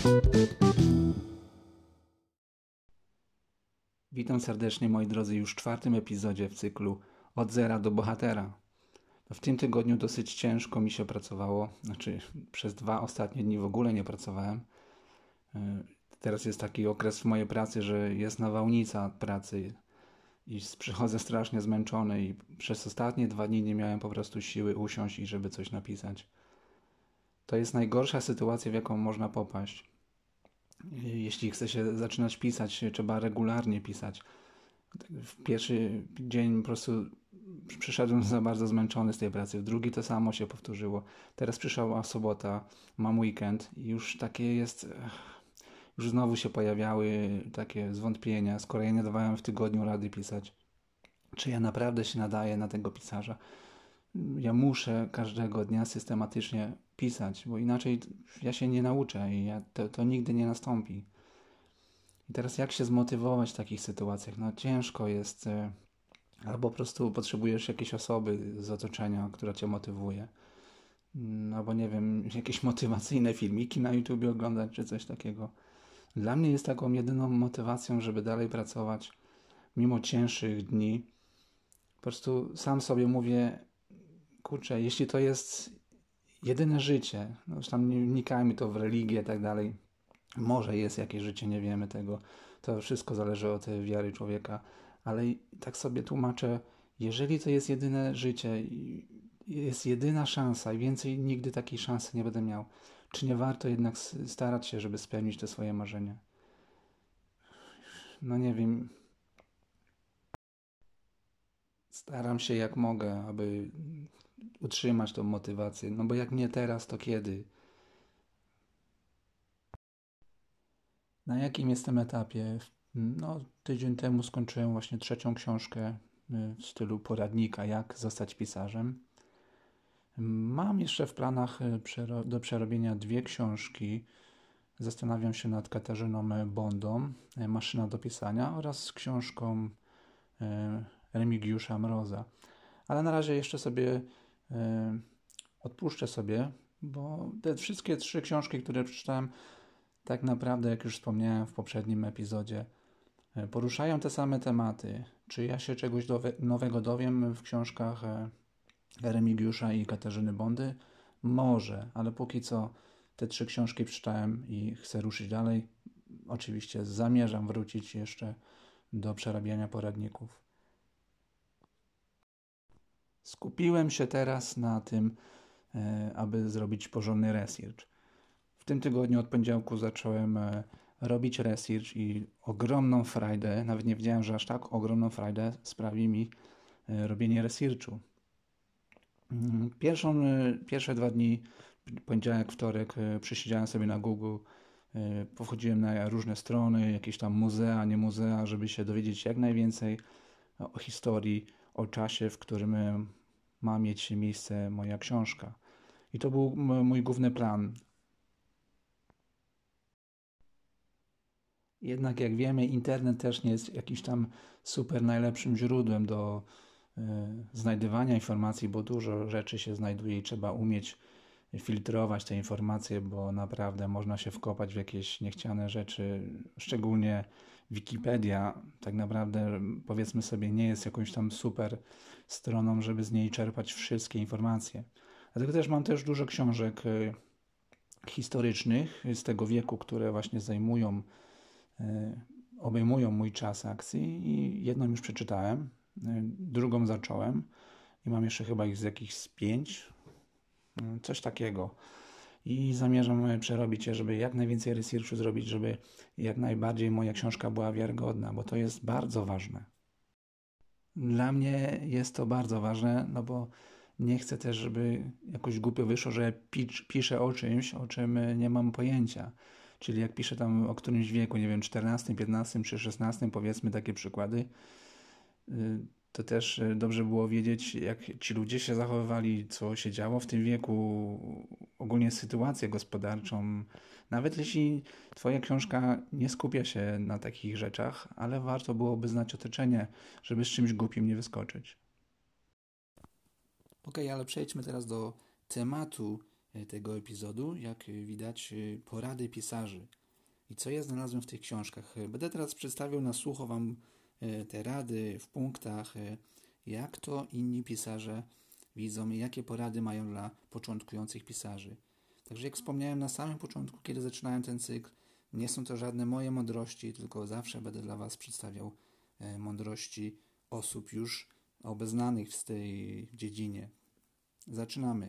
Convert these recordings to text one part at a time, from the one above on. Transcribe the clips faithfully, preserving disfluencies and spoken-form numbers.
Witam serdecznie, moi drodzy, już w czwartym epizodzie w cyklu Od zera do bohatera. W tym tygodniu dosyć ciężko mi się pracowało, znaczy przez dwa ostatnie dni w ogóle nie pracowałem. Teraz jest taki okres w mojej pracy, że jest nawałnica pracy i przychodzę strasznie zmęczony i przez ostatnie dwa dni nie miałem po prostu siły usiąść i żeby coś napisać. To jest najgorsza sytuacja, w jaką można popaść. Jeśli chce się zaczynać pisać, trzeba regularnie pisać. W pierwszy dzień po prostu przyszedłem za bardzo zmęczony z tej pracy. W drugi to samo się powtórzyło. Teraz przyszła sobota, mam weekend i już takie jest... Już znowu się pojawiały takie zwątpienia, skoro ja nie dawałem w tygodniu rady pisać. Czy ja naprawdę się nadaję na tego pisarza? Ja muszę każdego dnia systematycznie pisać, bo inaczej ja się nie nauczę i ja, to, to nigdy nie nastąpi. I teraz jak się zmotywować w takich sytuacjach? No ciężko jest, albo po prostu potrzebujesz jakiejś osoby z otoczenia, która cię motywuje. No bo nie wiem, jakieś motywacyjne filmiki na YouTubie oglądać, czy coś takiego. Dla mnie jest taką jedyną motywacją, żeby dalej pracować, mimo cięższych dni. Po prostu sam sobie mówię, kurczę, jeśli to jest jedyne życie, no już tam nie wnikajmy to w religię i tak dalej, może jest jakieś życie, nie wiemy tego, to wszystko zależy od wiary człowieka, ale tak sobie tłumaczę, jeżeli to jest jedyne życie, jest jedyna szansa i więcej nigdy takiej szansy nie będę miał, czy nie warto jednak starać się, żeby spełnić te swoje marzenia? No nie wiem. Staram się jak mogę, aby utrzymać tą motywację, no bo jak nie teraz, to kiedy? Na jakim jestem etapie? No, tydzień temu skończyłem właśnie trzecią książkę w stylu poradnika, jak zostać pisarzem. Mam jeszcze w planach do przerobienia dwie książki. Zastanawiam się nad Katarzyną Bondą, Maszyna do pisania, oraz książką Remigiusza Mroza. Ale na razie jeszcze sobie odpuszczę sobie, bo te wszystkie trzy książki, które przeczytałem, tak naprawdę, jak już wspomniałem w poprzednim epizodzie, poruszają te same tematy. Czy ja się czegoś dowe- nowego dowiem w książkach Remigiusza i Katarzyny Bondy? Może, ale póki co te trzy książki przeczytałem i chcę ruszyć dalej. Oczywiście zamierzam wrócić jeszcze do przerabiania poradników. Skupiłem się teraz na tym, aby zrobić porządny research. W tym tygodniu od poniedziałku zacząłem robić research i ogromną frajdę, nawet nie wiedziałem, że aż tak ogromną frajdę sprawi mi robienie researchu. Pierwszą, pierwsze dwa dni, poniedziałek, wtorek, przesiedziałem sobie na Google, pochodziłem na różne strony, jakieś tam muzea, nie muzea, żeby się dowiedzieć jak najwięcej o historii, o czasie, w którym ma mieć miejsce moja książka. I to był mój główny plan. Jednak jak wiemy, internet też nie jest jakimś tam super najlepszym źródłem do y, znajdywania informacji, bo dużo rzeczy się znajduje i trzeba umieć filtrować te informacje, bo naprawdę można się wkopać w jakieś niechciane rzeczy, szczególnie Wikipedia tak naprawdę, powiedzmy sobie, nie jest jakąś tam super stroną, żeby z niej czerpać wszystkie informacje. Dlatego też mam też dużo książek y, historycznych z tego wieku, które właśnie zajmują obejmują mój czas akcji i jedną już przeczytałem, drugą zacząłem i mam jeszcze chyba ich z jakichś z pięć, coś takiego. I zamierzam przerobić je, żeby jak najwięcej researchu zrobić, żeby jak najbardziej moja książka była wiarygodna, bo to jest bardzo ważne. Dla mnie jest to bardzo ważne, no bo nie chcę też, żeby jakoś głupio wyszło, że piszę o czymś, o czym nie mam pojęcia. Czyli jak piszę tam o którymś wieku, nie wiem, czternastym, piętnastym czy szesnastym, powiedzmy takie przykłady, to też dobrze było wiedzieć, jak ci ludzie się zachowywali, co się działo w tym wieku, ogólnie sytuację gospodarczą. Nawet jeśli twoja książka nie skupia się na takich rzeczach, ale warto byłoby znać otoczenie, żeby z czymś głupim nie wyskoczyć. Okej, okay, ale przejdźmy teraz do tematu, tego epizodu, jak widać, porady pisarzy. I co ja znalazłem w tych książkach? Będę teraz przedstawiał na sucho Wam te rady w punktach, jak to inni pisarze widzą i jakie porady mają dla początkujących pisarzy. Także jak wspomniałem na samym początku, kiedy zaczynałem ten cykl, nie są to żadne moje mądrości, tylko zawsze będę dla Was przedstawiał mądrości osób już obeznanych w tej dziedzinie. Zaczynamy.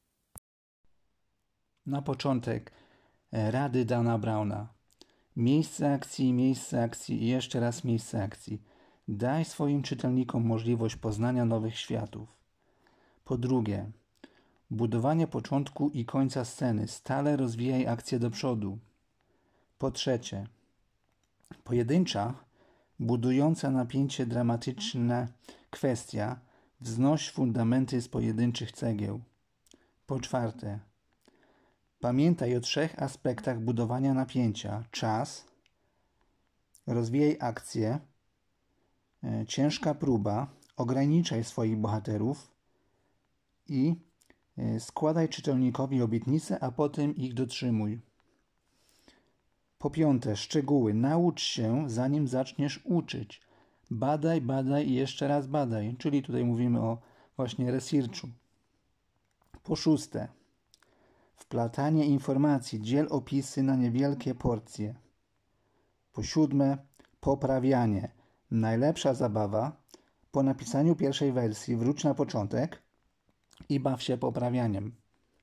Na początek rady Dana Browna. Miejsce akcji, miejsce akcji i jeszcze raz miejsce akcji. Daj swoim czytelnikom możliwość poznania nowych światów. Po drugie, budowanie początku i końca sceny. Stale rozwijaj akcję do przodu. Po trzecie, pojedyncza, budująca napięcie dramatyczna kwestia. Wznoś fundamenty z pojedynczych cegieł. Po czwarte, pamiętaj o trzech aspektach budowania napięcia. Czas, rozwijaj akcję, e, ciężka próba, ograniczaj swoich bohaterów i e, składaj czytelnikowi obietnice, a potem ich dotrzymuj. Po piąte, szczegóły. Naucz się, zanim zaczniesz uczyć. Badaj, badaj i jeszcze raz badaj. Czyli tutaj mówimy o właśnie researchu. Po szóste, wplatanie informacji. Dziel opisy na niewielkie porcje. Po siódme, poprawianie. Najlepsza zabawa. Po napisaniu pierwszej wersji wróć na początek i baw się poprawianiem.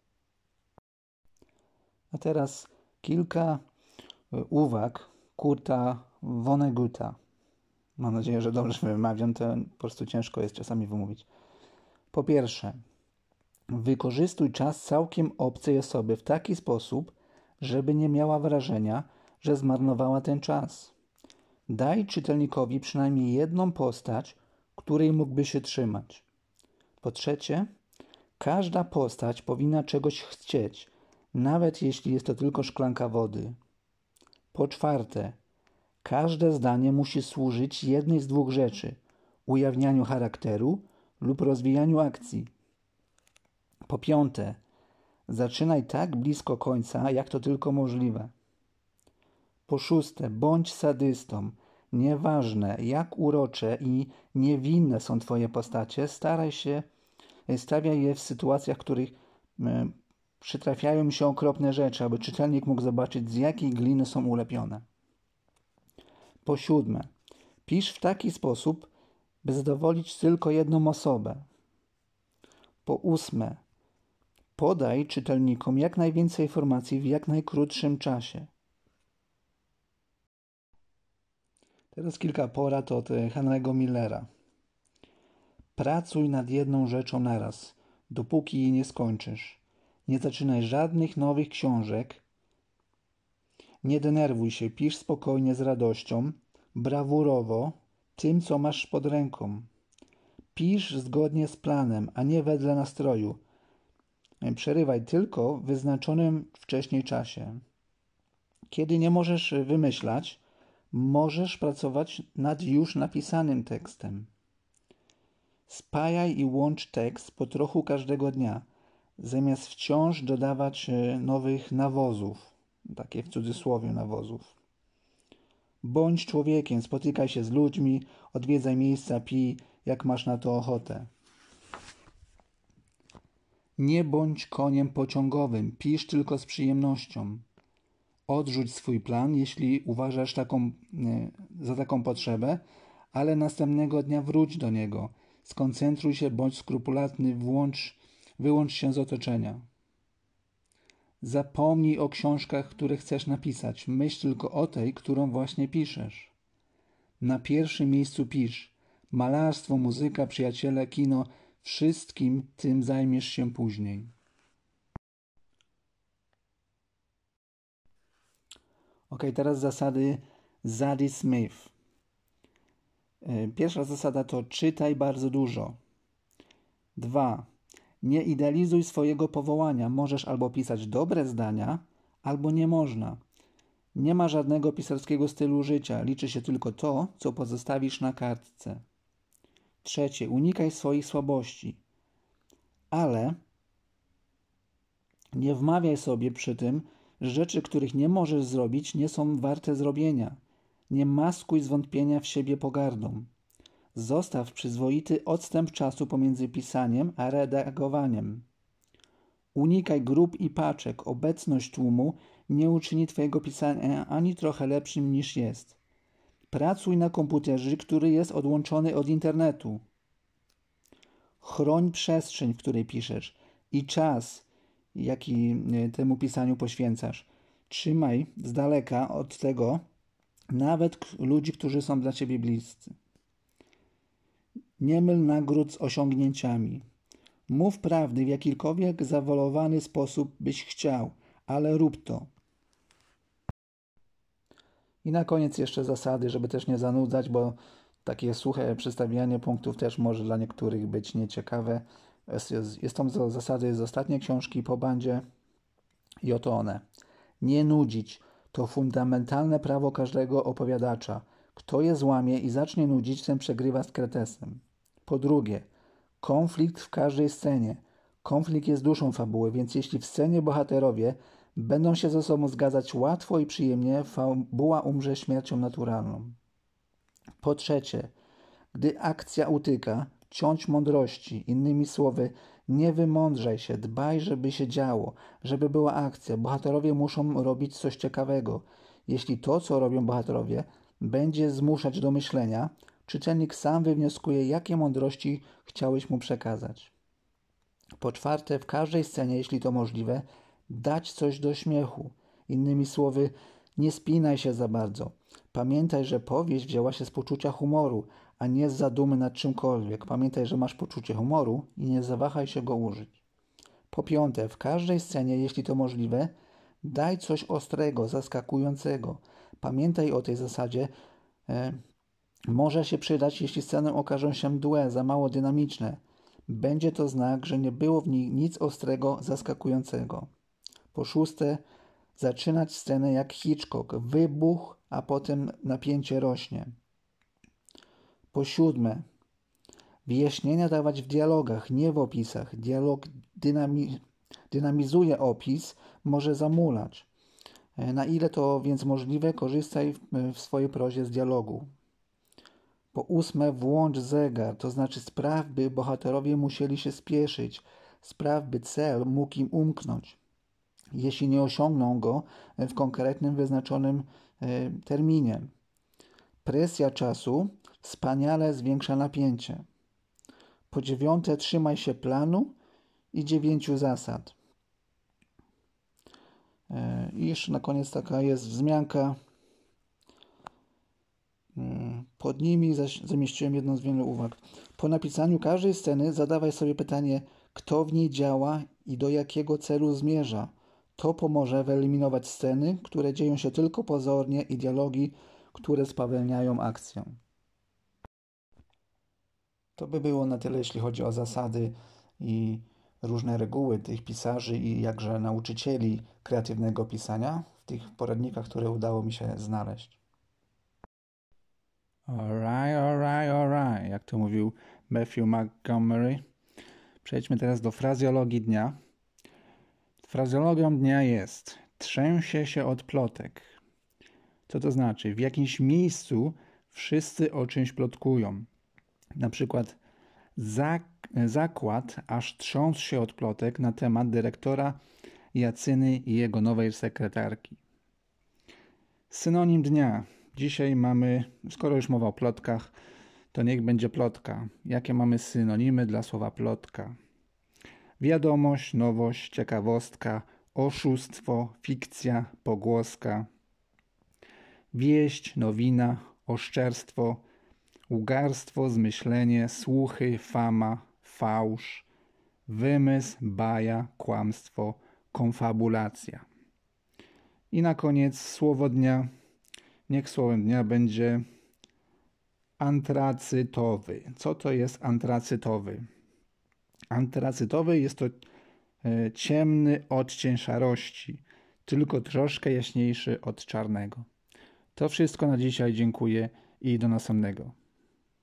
A teraz kilka uwag Kurta Vonnegutta. Mam nadzieję, że dobrze wymawiam, to po prostu ciężko jest czasami wymówić. Po pierwsze, wykorzystuj czas całkiem obcej osoby w taki sposób, żeby nie miała wrażenia, że zmarnowała ten czas. Daj czytelnikowi przynajmniej jedną postać, której mógłby się trzymać. Po trzecie, każda postać powinna czegoś chcieć, nawet jeśli jest to tylko szklanka wody. Po czwarte, każde zdanie musi służyć jednej z dwóch rzeczy: ujawnianiu charakteru lub rozwijaniu akcji. Po piąte, zaczynaj tak blisko końca, jak to tylko możliwe. Po szóste, bądź sadystą. Nieważne, jak urocze i niewinne są Twoje postacie, staraj się, stawiaj je w sytuacjach, w których e, przytrafiają mi się okropne rzeczy, aby czytelnik mógł zobaczyć, z jakiej gliny są ulepione. Po siódme, pisz w taki sposób, by zadowolić tylko jedną osobę. Po ósme, podaj czytelnikom jak najwięcej informacji w jak najkrótszym czasie. Teraz kilka porad od Henry'ego Millera. Pracuj nad jedną rzeczą naraz, dopóki jej nie skończysz. Nie zaczynaj żadnych nowych książek. Nie denerwuj się, pisz spokojnie, z radością, brawurowo, tym, co masz pod ręką. Pisz zgodnie z planem, a nie wedle nastroju. Przerywaj tylko w wyznaczonym wcześniej czasie. Kiedy nie możesz wymyślać, możesz pracować nad już napisanym tekstem. Spajaj i łącz tekst po trochu każdego dnia, zamiast wciąż dodawać nowych nawozów, takie w cudzysłowie nawozów. Bądź człowiekiem, spotykaj się z ludźmi, odwiedzaj miejsca, pij, jak masz na to ochotę. Nie bądź koniem pociągowym, pisz tylko z przyjemnością. Odrzuć swój plan, jeśli uważasz taką, za taką potrzebę, ale następnego dnia wróć do niego. Skoncentruj się, bądź skrupulatny, włącz, wyłącz się z otoczenia. Zapomnij o książkach, które chcesz napisać. Myśl tylko o tej, którą właśnie piszesz. Na pierwszym miejscu pisz. Malarstwo, muzyka, przyjaciele, kino. Wszystkim tym zajmiesz się później. Ok, teraz zasady Zadie Smith. Pierwsza zasada to czytaj bardzo dużo. Dwa. Nie idealizuj swojego powołania. Możesz albo pisać dobre zdania, albo nie można. Nie ma żadnego pisarskiego stylu życia. Liczy się tylko to, co pozostawisz na kartce. Trzecie. Unikaj swoich słabości. Ale Nie wmawiaj sobie przy tym, że rzeczy, których nie możesz zrobić, nie są warte zrobienia. Nie maskuj zwątpienia w siebie pogardą. Zostaw przyzwoity odstęp czasu pomiędzy pisaniem a redagowaniem. Unikaj grup i paczek. Obecność tłumu nie uczyni twojego pisania ani trochę lepszym niż jest. Pracuj na komputerze, który jest odłączony od internetu. Chroń przestrzeń, w której piszesz i czas, jaki temu pisaniu poświęcasz. Trzymaj z daleka od tego nawet ludzi, którzy są dla ciebie bliscy. Nie myl nagród z osiągnięciami. Mów prawdy w jakikolwiek zawolowany sposób byś chciał, ale rób to. I na koniec jeszcze zasady, żeby też nie zanudzać, bo takie suche przedstawianie punktów też może dla niektórych być nieciekawe. Jest, jest, jest to zasady z ostatniej książki po bandzie i oto one. Nie nudzić to fundamentalne prawo każdego opowiadacza. Kto je złamie i zacznie nudzić, ten przegrywa z kretesem. Po drugie, konflikt w każdej scenie. Konflikt jest duszą fabuły, więc jeśli w scenie bohaterowie będą się ze sobą zgadzać łatwo i przyjemnie, fabuła umrze śmiercią naturalną. Po trzecie, gdy akcja utyka, ciąć mądrości. Innymi słowy, nie wymądrzaj się, dbaj, żeby się działo, żeby była akcja. Bohaterowie muszą robić coś ciekawego. Jeśli to, co robią bohaterowie, będzie zmuszać do myślenia, czytelnik sam wywnioskuje, jakie mądrości chciałeś mu przekazać. Po czwarte, w każdej scenie, jeśli to możliwe, dać coś do śmiechu. Innymi słowy, nie spinaj się za bardzo. Pamiętaj, że powieść wzięła się z poczucia humoru, a nie z zadumy nad czymkolwiek. Pamiętaj, że masz poczucie humoru i nie zawahaj się go użyć. Po piąte, w każdej scenie, jeśli to możliwe, daj coś ostrego, zaskakującego. Pamiętaj o tej zasadzie. E, może się przydać, jeśli sceny okażą się mdłe, za mało dynamiczne. Będzie to znak, że nie było w nich nic ostrego, zaskakującego. Po szóste, zaczynać scenę jak Hitchcock. Wybuch, a potem napięcie rośnie. Po siódme, wyjaśnienia dawać w dialogach, nie w opisach. Dialog dynami- dynamizuje opis, może zamulać. Na ile to więc możliwe, korzystaj w, w swojej prozie z dialogu. Po ósme, włącz zegar, to znaczy spraw, by bohaterowie musieli się spieszyć. Spraw, by cel mógł im umknąć, jeśli nie osiągną go w konkretnym, wyznaczonym y, terminie. Presja czasu wspaniale zwiększa napięcie. Po dziewiąte, trzymaj się planu i dziewięciu zasad. Y, I jeszcze na koniec taka jest wzmianka. Pod nimi zaś zamieściłem jedną z wielu uwag. Po napisaniu każdej sceny zadawaj sobie pytanie, kto w niej działa i do jakiego celu zmierza. To pomoże wyeliminować sceny, które dzieją się tylko pozornie i dialogi, które spowalniają akcję. To by było na tyle, jeśli chodzi o zasady i różne reguły tych pisarzy i jakże nauczycieli kreatywnego pisania w tych poradnikach, które udało mi się znaleźć. Alright, alright, alright, jak to mówił Matthew Montgomery. Przejdźmy teraz do frazjologii dnia. Frazjologią dnia jest trzęsie się od plotek. Co to znaczy? W jakimś miejscu wszyscy o czymś plotkują. Na przykład zak- zakład aż trząsł się od plotek na temat dyrektora Jacyny i jego nowej sekretarki. Synonim dnia. Dzisiaj mamy, skoro już mowa o plotkach, to niech będzie plotka. Jakie mamy synonimy dla słowa plotka? Wiadomość, nowość, ciekawostka, oszustwo, fikcja, pogłoska. Wieść, nowina, oszczerstwo, łgarstwo, zmyślenie, słuchy, fama, fałsz, wymysł, baja, kłamstwo, konfabulacja. I na koniec słowo dnia. Niech słowem dnia będzie antracytowy. Co to jest antracytowy? Antracytowy jest to e, ciemny odcień szarości, tylko troszkę jaśniejszy od czarnego. To wszystko na dzisiaj. Dziękuję i do następnego.